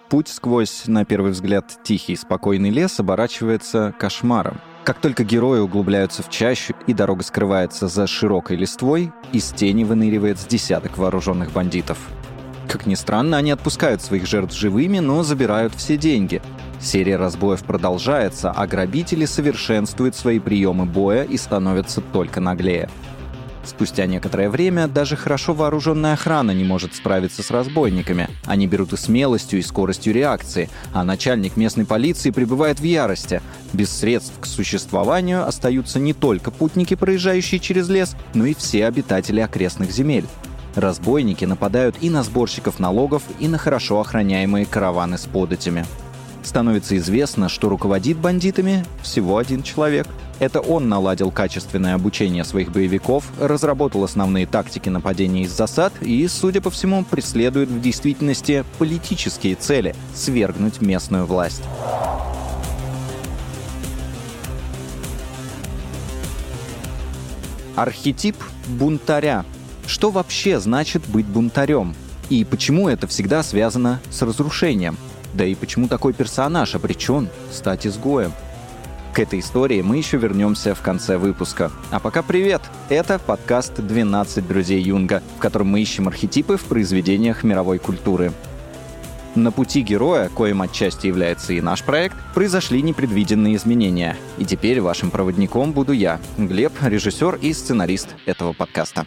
Путь сквозь, на первый взгляд, тихий, спокойный лес оборачивается кошмаром. Как только герои углубляются в чащу и дорога скрывается за широкой листвой, из тени выныривает с десяток вооруженных бандитов. Как ни странно, они отпускают своих жертв живыми, но забирают все деньги. Серия разбоев продолжается, а грабители совершенствуют свои приемы боя и становятся только наглее. Спустя некоторое время даже хорошо вооруженная охрана не может справиться с разбойниками. Они берут и смелостью, и скоростью реакции, а начальник местной полиции пребывает в ярости. Без средств к существованию остаются не только путники, проезжающие через лес, но и все обитатели окрестных земель. Разбойники нападают и на сборщиков налогов, и на хорошо охраняемые караваны с податями. Становится известно, что руководит бандитами всего один человек. Это он наладил качественное обучение своих боевиков, разработал основные тактики нападения из засад и, судя по всему, преследует в действительности политические цели – свергнуть местную власть. Архетип бунтаря. Что вообще значит быть бунтарем? И почему это всегда связано с разрушением? Да и почему такой персонаж обречен стать изгоем? К этой истории мы еще вернемся в конце выпуска. А пока привет! Это подкаст «12 друзей Юнга», в котором мы ищем архетипы в произведениях мировой культуры. На пути героя, коим отчасти является и наш проект, произошли непредвиденные изменения. И теперь вашим проводником буду я, Глеб, режиссер и сценарист этого подкаста.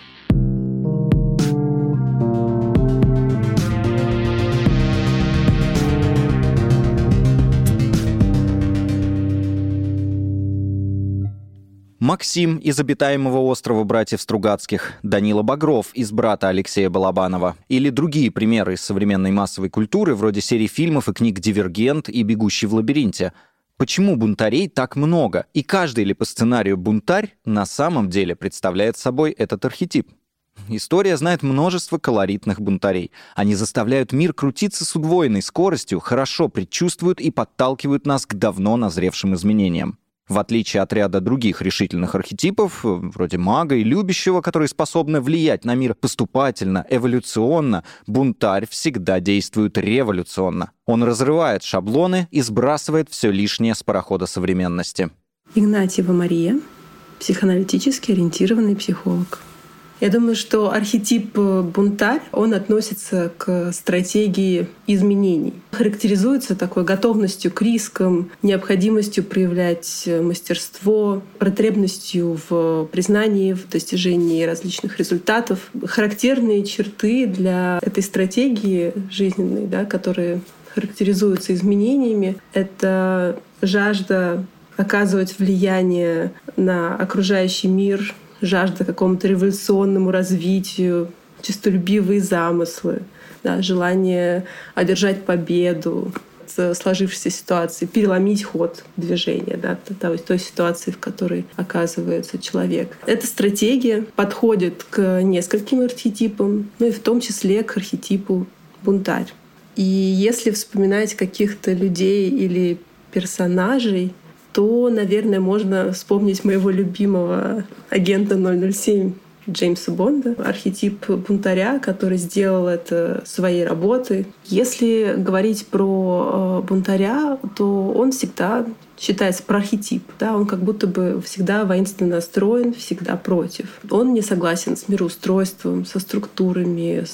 Максим из обитаемого острова братьев Стругацких, Данила Багров из «Брата» Алексея Балабанова или другие примеры из современной массовой культуры, вроде серии фильмов и книг «Дивергент» и «Бегущий в лабиринте». Почему бунтарей так много? И каждый ли по сценарию бунтарь на самом деле представляет собой этот архетип? История знает множество колоритных бунтарей. Они заставляют мир крутиться с удвоенной скоростью, хорошо предчувствуют и подталкивают нас к давно назревшим изменениям. В отличие от ряда других решительных архетипов, вроде мага и любящего, которые способны влиять на мир поступательно, эволюционно, бунтарь всегда действует революционно. Он разрывает шаблоны и сбрасывает все лишнее с парохода современности. Игнатьева Мария, психоаналитически ориентированный психолог. Я думаю, что архетип бунтарь, он относится к стратегии изменений. Характеризуется такой готовностью к рискам, необходимостью проявлять мастерство, потребностью в признании, в достижении различных результатов. Характерные черты для этой стратегии жизненной, да, которые характеризуются изменениями, это жажда оказывать влияние на окружающий мир, жажда какому-то революционному развитию, честолюбивые замыслы, да, желание одержать победу в сложившейся ситуации, переломить ход движения, да, той ситуации, в которой оказывается человек. Эта стратегия подходит к нескольким архетипам, ну и в том числе к архетипу бунтарь. И если вспоминать каких-то людей или персонажей, то, наверное, можно вспомнить моего любимого агента 007 Джеймса Бонда, архетип бунтаря, который сделал это своей работой. Если говорить про бунтаря, то он всегда считается про архетип. Да? Он как будто бы всегда воинственно настроен, всегда против. Он не согласен с мироустройством, со структурами,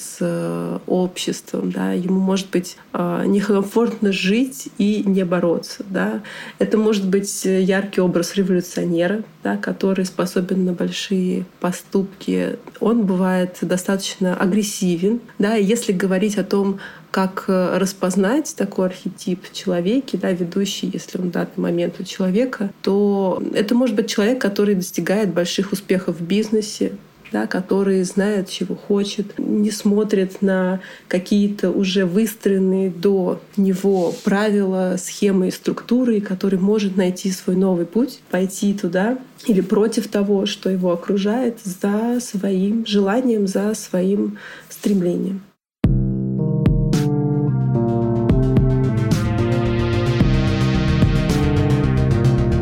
с обществом. Да? Ему может быть некомфортно жить и не бороться. Да? Это может быть яркий образ революционера, да, который способен на большие поступки. Он бывает достаточно агрессивен. Да? И если говорить о том, как распознать такой архетип в человеке, да, ведущий, если он в данный момент у человека, то это может быть человек, который достигает больших успехов в бизнесе, да, который знает, чего хочет, не смотрит на какие-то уже выстроенные до него правила, схемы и структуры, и который может найти свой новый путь, пойти туда или против того, что его окружает, за своим желанием, за своим стремлением.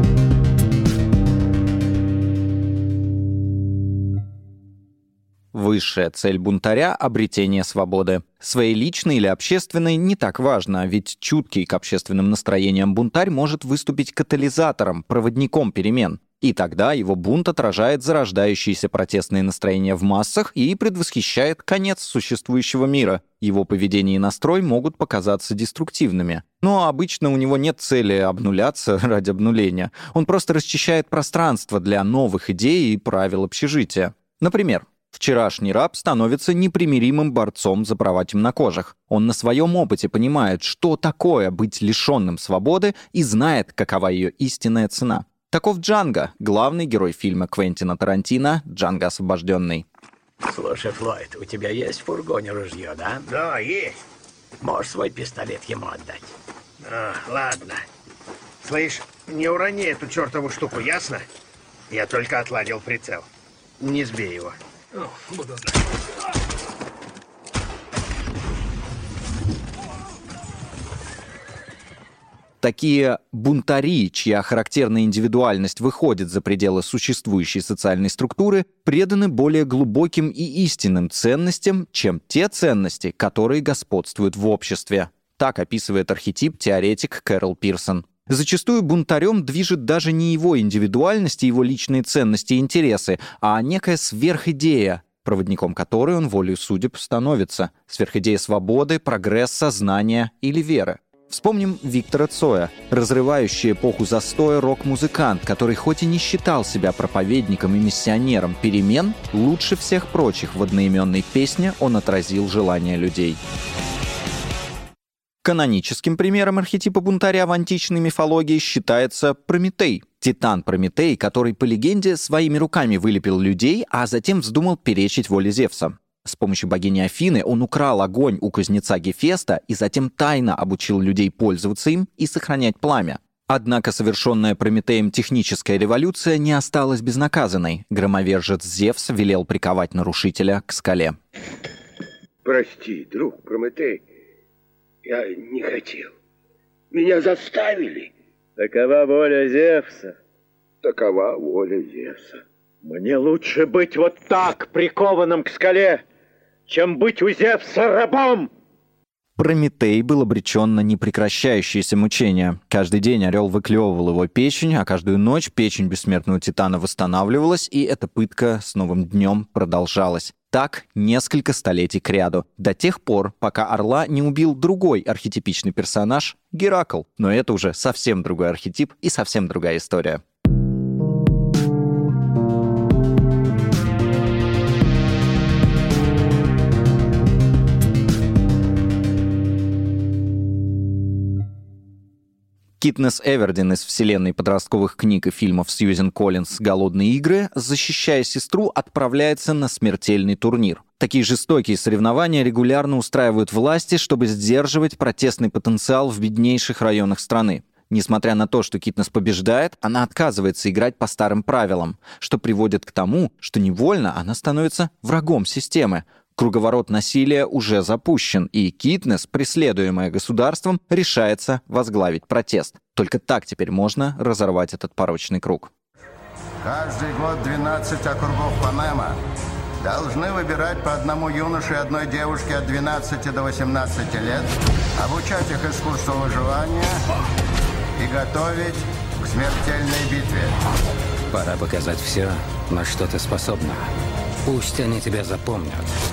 В Высшая цель бунтаря — обретение свободы. Своей личной или общественной не так важно, ведь чуткий к общественным настроениям бунтарь может выступить катализатором, проводником перемен. И тогда его бунт отражает зарождающиеся протестные настроения в массах и предвосхищает конец существующего мира. Его поведение и настрой могут показаться деструктивными. Но обычно у него нет цели обнуляться ради обнуления. Он просто расчищает пространство для новых идей и правил общежития. Например, вчерашний раб становится непримиримым борцом за права темнокожих. Он на своем опыте понимает, что такое быть лишенным свободы, и знает, какова ее истинная цена. Таков Джанго, главный герой фильма Квентина Тарантино «Джанго освобожденный». Слушай, Флойд, у тебя есть в фургоне ружье, да? Да, есть. Можешь свой пистолет ему отдать? Ладно. Слышь, не урони эту чертову штуку, ясно? Я только отладил прицел. Не сбей его. Буду знать. Такие бунтари, чья характерная индивидуальность выходит за пределы существующей социальной структуры, преданы более глубоким и истинным ценностям, чем те ценности, которые господствуют в обществе. Так описывает архетип теоретик Кэрол Пирсон. Зачастую бунтарем движет даже не его индивидуальность и его личные ценности и интересы, а некая сверхидея, проводником которой он волею судеб становится. Сверхидея свободы, прогресса, знания или веры. Вспомним Виктора Цоя, разрывающий эпоху застоя рок-музыкант, который хоть и не считал себя проповедником и миссионером перемен, лучше всех прочих в одноименной песне он отразил желания людей. Каноническим примером архетипа бунтаря в античной мифологии считается Прометей. Титан Прометей, который, по легенде, своими руками вылепил людей, а затем вздумал перечить воле Зевса. С помощью богини Афины он украл огонь у кузнеца Гефеста и затем тайно обучил людей пользоваться им и сохранять пламя. Однако совершенная Прометеем техническая революция не осталась безнаказанной. Громовержец Зевс велел приковать нарушителя к скале. Прости, друг Прометей, я не хотел. Меня заставили. Такова воля Зевса. Такова воля Зевса. Мне лучше быть вот так, прикованным к скале, чем быть у Зевса рабом. Прометей был обречен на непрекращающиеся мучения. Каждый день орел выклевывал его печень, а каждую ночь печень бессмертного Титана восстанавливалась, и эта пытка с новым днем продолжалась. Так несколько столетий кряду, до тех пор, пока орла не убил другой архетипичный персонаж — Геракл. Но это уже совсем другой архетип и совсем другая история. Китнес Эвердин из вселенной подростковых книг и фильмов Сьюзен Коллинс «Голодные игры», защищая сестру, отправляется на смертельный турнир. Такие жестокие соревнования регулярно устраивают власти, чтобы сдерживать протестный потенциал в беднейших районах страны. Несмотря на то, что Китнес побеждает, она отказывается играть по старым правилам, что приводит к тому, что невольно она становится врагом системы. Круговорот насилия уже запущен, и Китнес, преследуемая государством, решается возглавить протест. Только так теперь можно разорвать этот порочный круг. Каждый год 12 округов Панема должны выбирать по одному юноше и одной девушке от 12 до 18 лет, обучать их искусству выживания и готовить к смертельной битве. Пора показать все, на что ты способна. Пусть они тебя запомнят.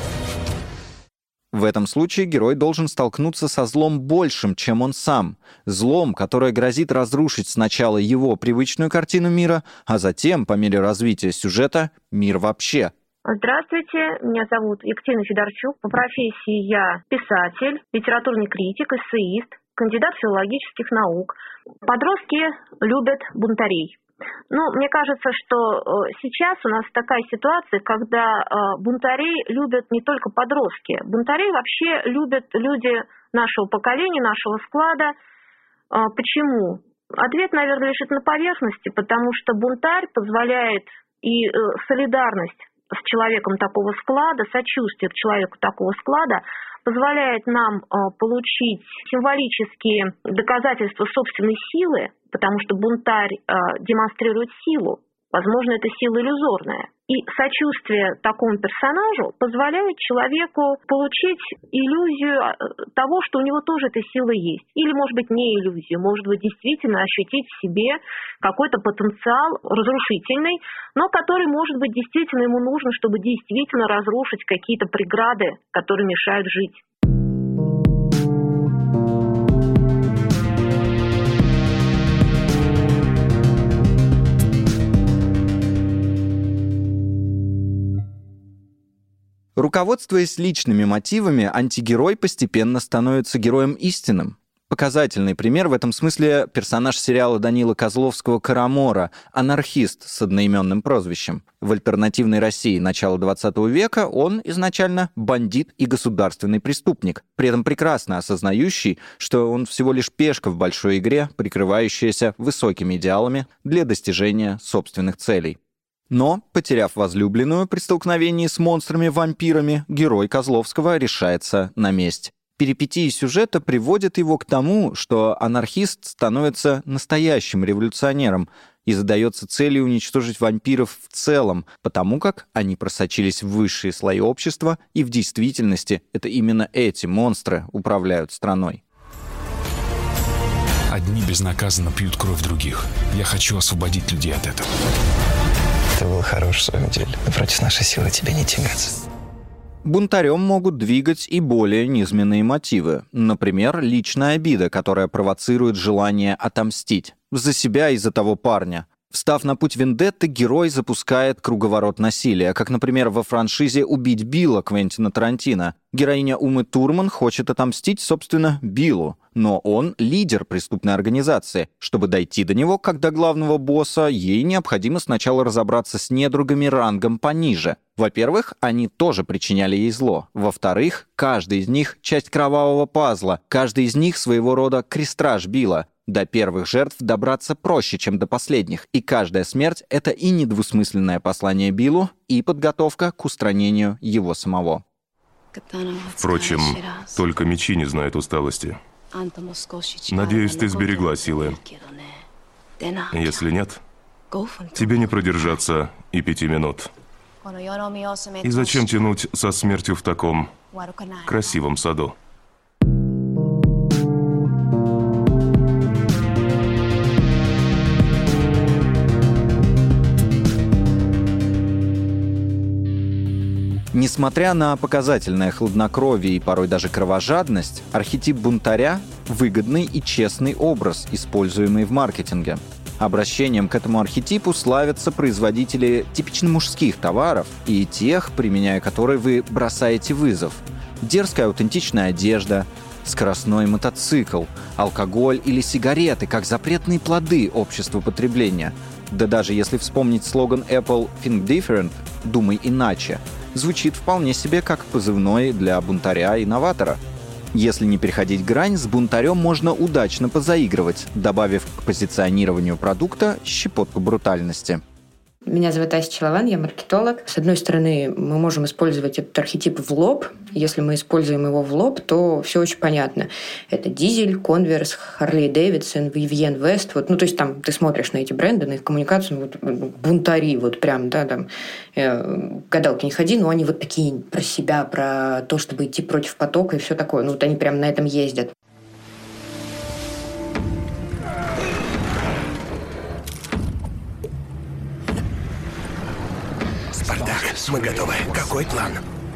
В этом случае герой должен столкнуться со злом большим, чем он сам. Злом, которое грозит разрушить сначала его привычную картину мира, а затем, по мере развития сюжета, мир вообще. Здравствуйте, меня зовут Екатерина Федорчук. По профессии я писатель, литературный критик, эссеист, кандидат филологических наук. Подростки любят бунтарей. Мне кажется, что сейчас у нас такая ситуация, когда бунтарей любят не только подростки. Бунтарей вообще любят люди нашего поколения, нашего склада. Почему? Ответ, наверное, лежит на поверхности, потому что бунтарь позволяет и солидарность с человеком такого склада, сочувствие к человеку такого склада позволяет нам получить символические доказательства собственной силы, потому что бунтарь демонстрирует силу. Возможно, это сила иллюзорная. И сочувствие такому персонажу позволяет человеку получить иллюзию того, что у него тоже эта сила есть. Или, может быть, не иллюзию, может быть, действительно ощутить в себе какой-то потенциал разрушительный, но который, может быть, действительно ему нужен, чтобы действительно разрушить какие-то преграды, которые мешают жить. Руководствуясь личными мотивами, антигерой постепенно становится героем истинным. Показательный пример в этом смысле персонаж сериала Данила Козловского «Карамора», анархист с одноименным прозвищем. В альтернативной России начала XX века он изначально бандит и государственный преступник, при этом прекрасно осознающий, что он всего лишь пешка в большой игре, прикрывающаяся высокими идеалами для достижения собственных целей. Но, потеряв возлюбленную при столкновении с монстрами-вампирами, герой Козловского решается на месть. Перипетии сюжета приводят его к тому, что анархист становится настоящим революционером и задается целью уничтожить вампиров в целом, потому как они просочились в высшие слои общества, и в действительности это именно эти монстры управляют страной. Одни безнаказанно пьют кровь других. Я хочу освободить людей от этого. Ты был хорош в своем деле, но против нашей силы тебе не тягаться. Бунтарем могут двигать и более низменные мотивы. Например, личная обида, которая провоцирует желание отомстить. За себя и за того парня. Встав на путь вендетты, герой запускает круговорот насилия, как, например, во франшизе «Убить Билла» Квентина Тарантино. Героиня Умы Турман хочет отомстить, собственно, Биллу, но он лидер преступной организации. Чтобы дойти до него, как до главного босса, ей необходимо сначала разобраться с недругами рангом пониже. Во-первых, они тоже причиняли ей зло. Во-вторых, каждый из них — часть кровавого пазла, каждый из них своего рода крестраж Билла. До первых жертв добраться проще, чем до последних, и каждая смерть — это и недвусмысленное послание Биллу, и подготовка к устранению его самого. Впрочем, только мечи не знают усталости. Надеюсь, ты сберегла силы. Если нет, тебе не продержаться и 5 минут. И зачем тянуть со смертью в таком красивом саду? Несмотря на показательное хладнокровие и порой даже кровожадность, архетип бунтаря — выгодный и честный образ, используемый в маркетинге. Обращением к этому архетипу славятся производители типично мужских товаров и тех, применяя которые вы бросаете вызов. Дерзкая аутентичная одежда, скоростной мотоцикл, алкоголь или сигареты как запретные плоды общества потребления. Да даже если вспомнить слоган Apple «Think Different» — «Думай иначе», звучит вполне себе как позывной для бунтаря-инноватора. Если не переходить грань, с бунтарем можно удачно позаигрывать, добавив к позиционированию продукта щепотку брутальности. Меня зовут Ася Челован, я маркетолог. С одной стороны, мы можем использовать этот архетип в лоб. Если мы используем его в лоб, то все очень понятно. Это Дизель, Конверс, Harley Davidson, Vivienne West. То есть там ты смотришь на эти бренды, на их коммуникацию, бунтари, прям, да, там, гадалки не ходи, но они такие про себя, про то, чтобы идти против потока и все такое. Они прям на этом ездят. Мы готовы. Какой план?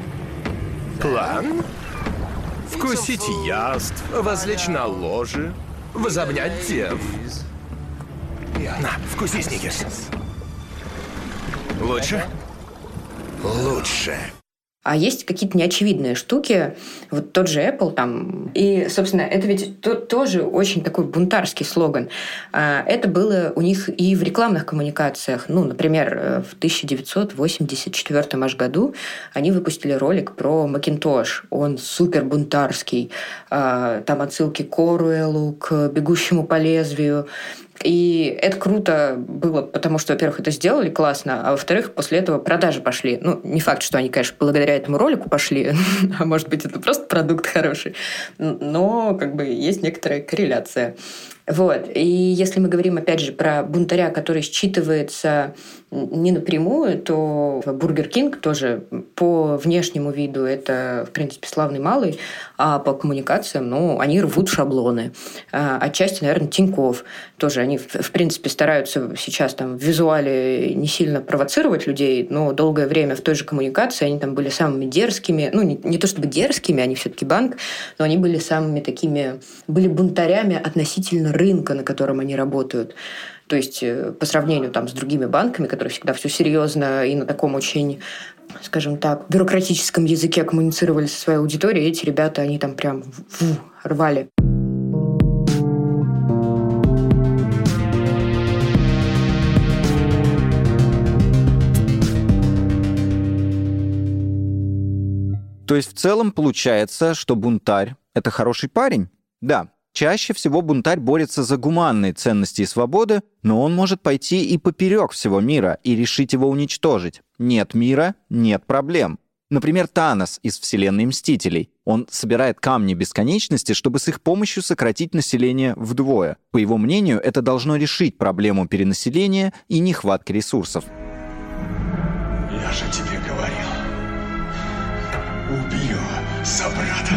План? Вкусить яств, возлечь на ложе, возобнять дев. На, вкуси сникерс. Лучше? Лучше. А есть какие-то неочевидные штуки, тот же Apple там. И, собственно, это ведь тоже очень такой бунтарский слоган. Это было у них и в рекламных коммуникациях. Например, в 1984 аж году они выпустили ролик про Macintosh. Он супер бунтарский. Там отсылки к Оруэллу, к «Бегущему по лезвию». И это круто было, потому что, во-первых, это сделали классно, а во-вторых, после этого продажи пошли. Не факт, что они, конечно, благодаря этому ролику пошли, а может быть, это просто продукт хороший, но есть некоторая корреляция. Вот. И если мы говорим, опять же, про бунтаря, который считывается не напрямую, то Бургер Кинг тоже по внешнему виду это, в принципе, славный малый, а по коммуникациям, они рвут шаблоны. Отчасти, наверное, Тинькофф тоже. Они, в принципе, стараются сейчас там в визуале не сильно провоцировать людей, но долгое время в той же коммуникации они там были самыми дерзкими. Не то чтобы дерзкими, они все-таки банк, но они были самыми такими, были бунтарями относительно рынка, на котором они работают. То есть по сравнению там с другими банками, которые всегда все серьезно и на таком очень, скажем так, бюрократическом языке коммуницировали со своей аудиторией, эти ребята, они там прям рвали. То есть в целом получается, что бунтарь — это хороший парень? Да. Чаще всего бунтарь борется за гуманные ценности и свободы, но он может пойти и поперек всего мира и решить его уничтожить. Нет мира — нет проблем. Например, Танос из вселенной Мстителей. Он собирает камни бесконечности, чтобы с их помощью сократить население вдвое. По его мнению, это должно решить проблему перенаселения и нехватки ресурсов. Я же тебе говорил. Убью собрата.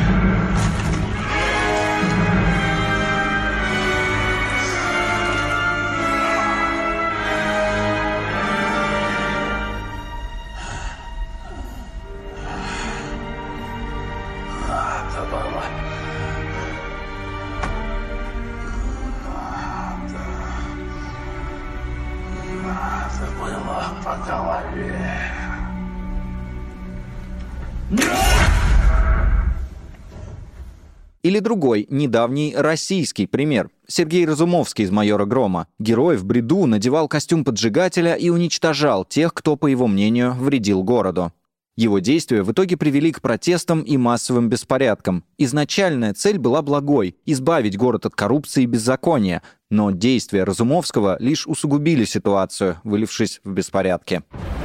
Или другой, недавний российский пример. Сергей Разумовский из «Майора Грома». Герой в бреду надевал костюм поджигателя и уничтожал тех, кто, по его мнению, вредил городу. Его действия в итоге привели к протестам и массовым беспорядкам. Изначальная цель была благой – избавить город от коррупции и беззакония. Но действия Разумовского лишь усугубили ситуацию, вылившись в беспорядки.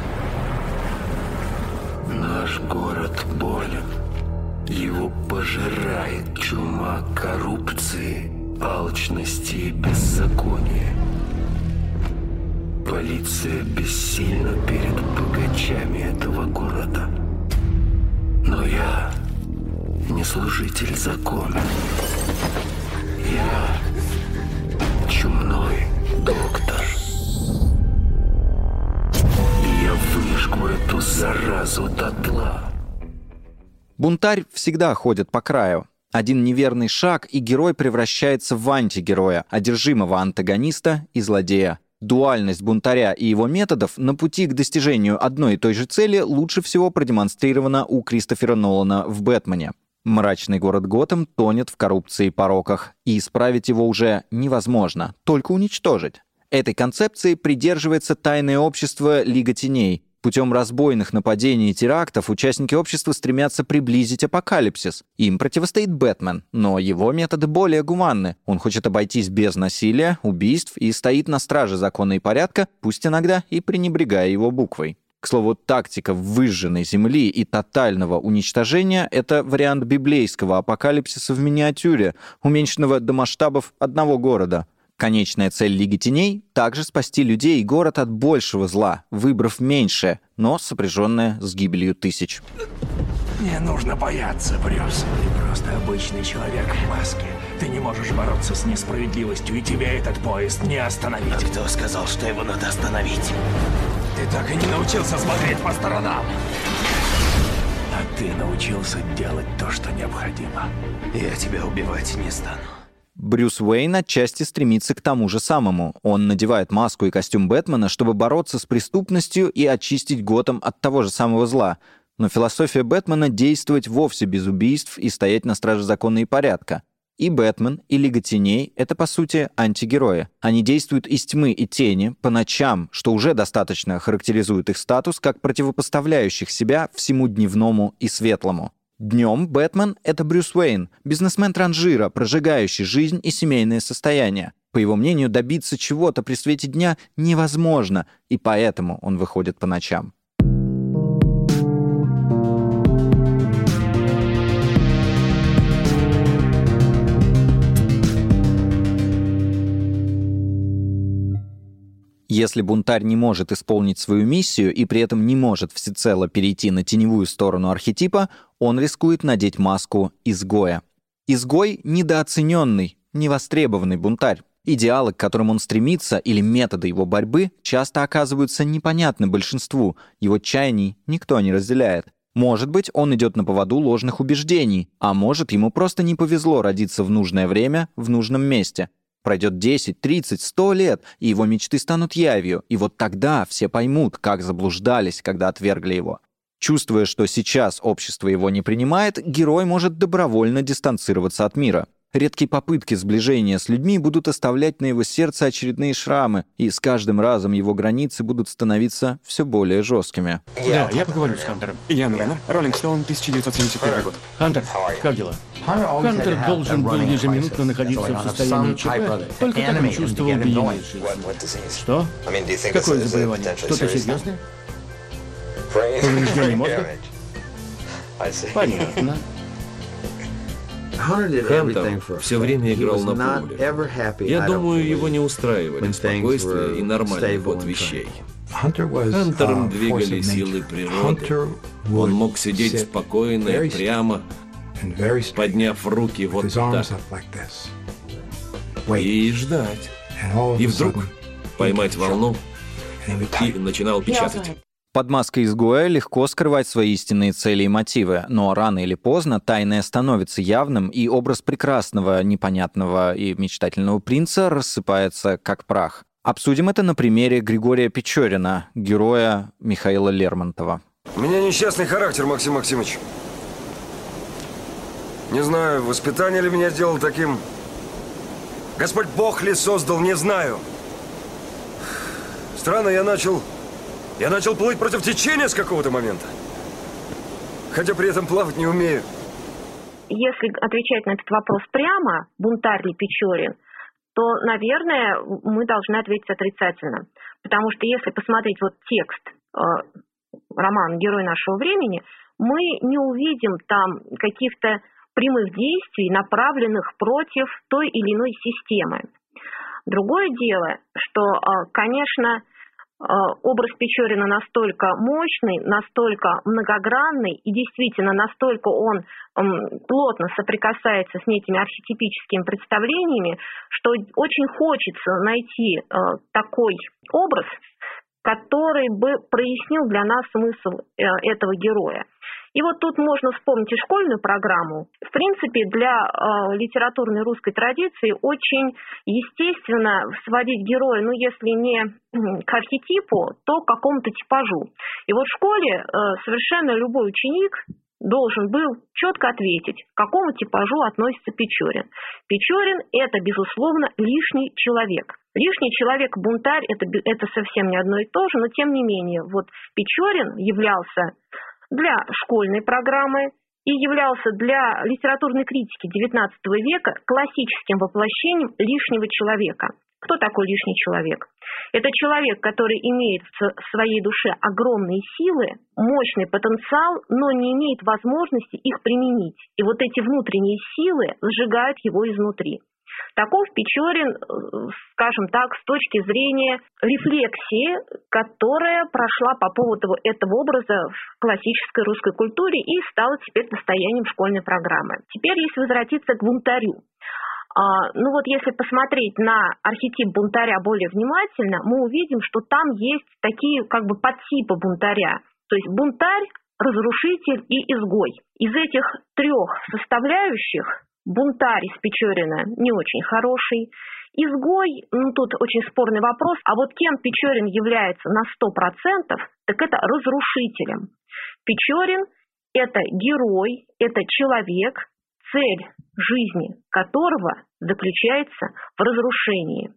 Наш город болен. Его пожирает чума коррупции, алчности и беззакония. Полиция бессильна перед богачами этого города. Но я не служитель закона. Я чумной доктор. И я выжгу эту заразу дотла. Бунтарь всегда ходит по краю. Один неверный шаг, и герой превращается в антигероя, одержимого антагониста и злодея. Дуальность бунтаря и его методов на пути к достижению одной и той же цели лучше всего продемонстрирована у Кристофера Нолана в «Бэтмене». Мрачный город Готэм тонет в коррупции и пороках, и исправить его уже невозможно, только уничтожить. Этой концепции придерживается тайное общество «Лига теней». Путем разбойных нападений и терактов участники общества стремятся приблизить апокалипсис. Им противостоит Бэтмен, но его методы более гуманны. Он хочет обойтись без насилия, убийств и стоит на страже закона и порядка, пусть иногда и пренебрегая его буквой. К слову, тактика выжженной земли и тотального уничтожения — это вариант библейского апокалипсиса в миниатюре, уменьшенного до масштабов одного города. Конечная цель Лиги Теней — также спасти людей и город от большего зла, выбрав меньшее, но сопряженное с гибелью тысяч. Не нужно бояться, Брюс. Ты просто обычный человек в маске. Ты не можешь бороться с несправедливостью, и тебе этот поезд не остановить. А кто сказал, что его надо остановить? Ты так и не научился смотреть по сторонам. А ты научился делать то, что необходимо. Я тебя убивать не стану. Брюс Уэйн отчасти стремится к тому же самому. Он надевает маску и костюм Бэтмена, чтобы бороться с преступностью и очистить Готэм от того же самого зла. Но философия Бэтмена — действовать вовсе без убийств и стоять на страже закона и порядка. И Бэтмен, и Лига Теней — это, по сути, антигерои. Они действуют из тьмы и тени, по ночам, что уже достаточно характеризует их статус как противопоставляющих себя всему дневному и светлому. Днем Бэтмен — это Брюс Уэйн, бизнесмен-транжира, прожигающий жизнь и семейное состояние. По его мнению, добиться чего-то при свете дня невозможно, и поэтому он выходит по ночам. Если бунтарь не может исполнить свою миссию и при этом не может всецело перейти на теневую сторону архетипа, он рискует надеть маску изгоя. Изгой — недооцененный, невостребованный бунтарь. Идеалы, к которым он стремится, или методы его борьбы часто оказываются непонятны большинству, его чаяний никто не разделяет. Может быть, он идет на поводу ложных убеждений, а может, ему просто не повезло родиться в нужное время, в нужном месте. Пройдет 10, 30, 100 лет, и его мечты станут явью, и вот тогда все поймут, как заблуждались, когда отвергли его. Чувствуя, что сейчас общество его не принимает, герой может добровольно дистанцироваться от мира. Редкие попытки сближения с людьми будут оставлять на его сердце очередные шрамы, и с каждым разом его границы будут становиться все более жесткими. Да, я поговорю с Хантером. Ян Реннер, Роллинг Стоун, 1971 год. Хантер, как дела? Хантер должен был ежеминутно находиться в состоянии ЧП, только так он чувствовал биение сердца. Что? Какое заболевание? Что-то серьезное? Повреждение мозга? Понятно. Хантер все время играл на публике. Я думаю, его не устраивали спокойствие и нормальный ход вещей. Хантером двигали силы природы. Он мог сидеть спокойно и прямо, подняв руки вот так. И ждать. И вдруг поймать волну и начинал печатать. Под маской изгоя легко скрывать свои истинные цели и мотивы, но рано или поздно тайное становится явным, и образ прекрасного, непонятного и мечтательного принца рассыпается как прах. Обсудим это на примере Григория Печорина, героя Михаила Лермонтова. У меня несчастный характер, Максим Максимович. Не знаю, воспитание ли меня сделало таким. Господь Бог ли создал, не знаю. Странно, я начал плыть против течения с какого-то момента. Хотя при этом плавать не умею. Если отвечать на этот вопрос прямо, бунтарь ли Печорин, то, наверное, мы должны ответить отрицательно. Потому что если посмотреть вот текст романа «Герой нашего времени», мы не увидим там каких-то прямых действий, направленных против той или иной системы. Другое дело, что, конечно, образ Печорина настолько мощный, настолько многогранный и действительно настолько он плотно соприкасается с некими архетипическими представлениями, что очень хочется найти такой образ, который бы прояснил для нас смысл этого героя. И вот тут можно вспомнить и школьную программу. В принципе, для литературной русской традиции очень естественно сводить героя, ну, если не к архетипу, то к какому-то типажу. И вот в школе совершенно любой ученик должен был четко ответить, к какому типажу относится Печорин. Печорин – это, безусловно, лишний человек. Лишний человек-бунтарь – это совсем не одно и то же, но тем не менее, вот Печорин являлся для школьной программы и являлся для литературной критики XIX века классическим воплощением лишнего человека. Кто такой лишний человек? Это человек, который имеет в своей душе огромные силы, мощный потенциал, но не имеет возможности их применить. И вот эти внутренние силы сжигают его изнутри. Таков Печорин, скажем так, с точки зрения рефлексии, которая прошла по поводу этого образа в классической русской культуре и стала теперь достоянием школьной программы. Теперь, если возвратиться к бунтарю. Ну вот если посмотреть на архетип бунтаря более внимательно, мы увидим, что там есть такие как бы подтипы бунтаря. То есть бунтарь, разрушитель и изгой. Из этих трех составляющих бунтарь из Печорина не очень хороший. Изгой, ну тут очень спорный вопрос, а вот кем Печорин является на 100%, так это разрушителем. Печорин – это герой, это человек, цель жизни которого заключается в разрушении.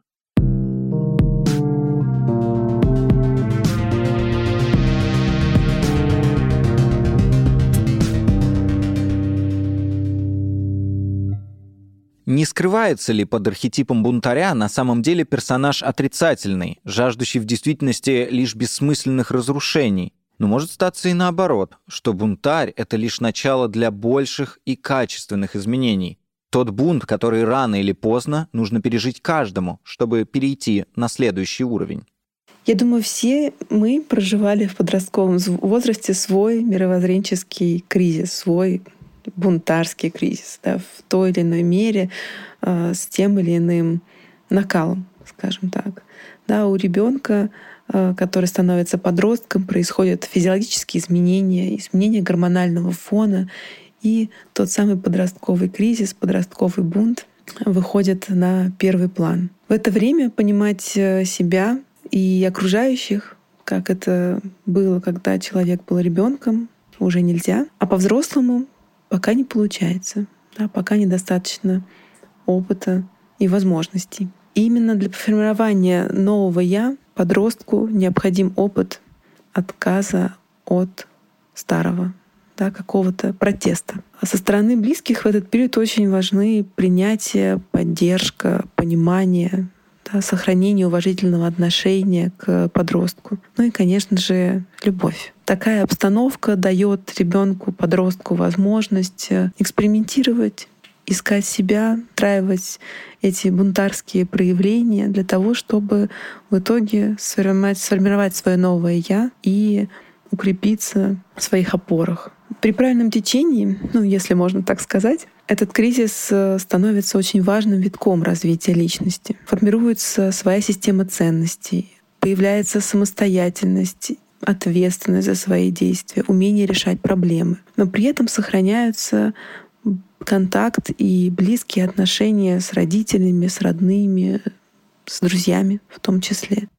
Не скрывается ли под архетипом бунтаря на самом деле персонаж отрицательный, жаждущий в действительности лишь бессмысленных разрушений? Но может статься и наоборот, что бунтарь — это лишь начало для больших и качественных изменений. Тот бунт, который рано или поздно нужно пережить каждому, чтобы перейти на следующий уровень. Я думаю, все мы проживали в подростковом возрасте свой мировоззренческий кризис, свой бунтарский кризис, да, в той или иной мере, с тем или иным накалом, скажем так. Да, у ребенка, который становится подростком, происходят физиологические изменения гормонального фона, и тот самый подростковый кризис, подростковый бунт выходит на первый план. В это время понимать себя и окружающих, как это было, когда человек был ребенком, уже нельзя, а по-взрослому пока не получается, да, пока недостаточно опыта и возможностей. И именно для формирования нового «я» подростку необходим опыт отказа от старого, да, какого-то протеста. А со стороны близких в этот период очень важны принятие, поддержка, понимание, да, сохранение уважительного отношения к подростку. Ну и, конечно же, любовь. Такая обстановка дает ребенку, подростку возможность экспериментировать, искать себя, устраивать эти бунтарские проявления для того, чтобы в итоге сформировать свое новое «я» и укрепиться в своих опорах. При правильном течении, если можно так сказать, этот кризис становится очень важным витком развития личности. Формируется своя система ценностей, появляется самостоятельность, ответственность за свои действия, умение решать проблемы. Но при этом сохраняются контакт и близкие отношения с родителями, с родными, с друзьями в том числе.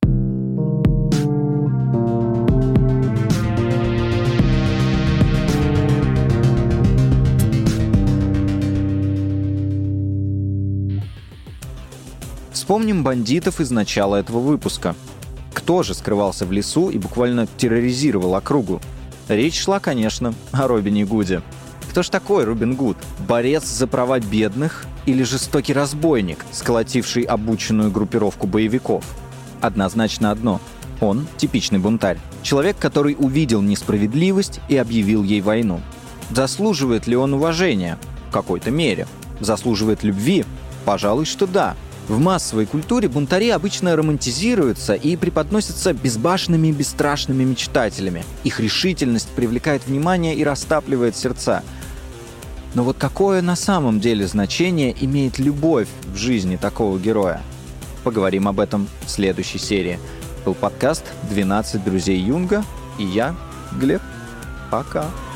Вспомним бандитов из начала этого выпуска. Кто же скрывался в лесу и буквально терроризировал округу? Речь шла, конечно, о Робине Гуде. Кто ж такой Робин Гуд? Борец за права бедных или жестокий разбойник, сколотивший обученную группировку боевиков? Однозначно одно. Он типичный бунтарь. Человек, который увидел несправедливость и объявил ей войну. Заслуживает ли он уважения? В какой-то мере. Заслуживает любви? Пожалуй, что да. В массовой культуре бунтари обычно романтизируются и преподносятся безбашенными и бесстрашными мечтателями. Их решительность привлекает внимание и растапливает сердца. Но вот какое на самом деле значение имеет любовь в жизни такого героя? Поговорим об этом в следующей серии. Был подкаст «12 друзей Юнга» и я, Глеб. Пока.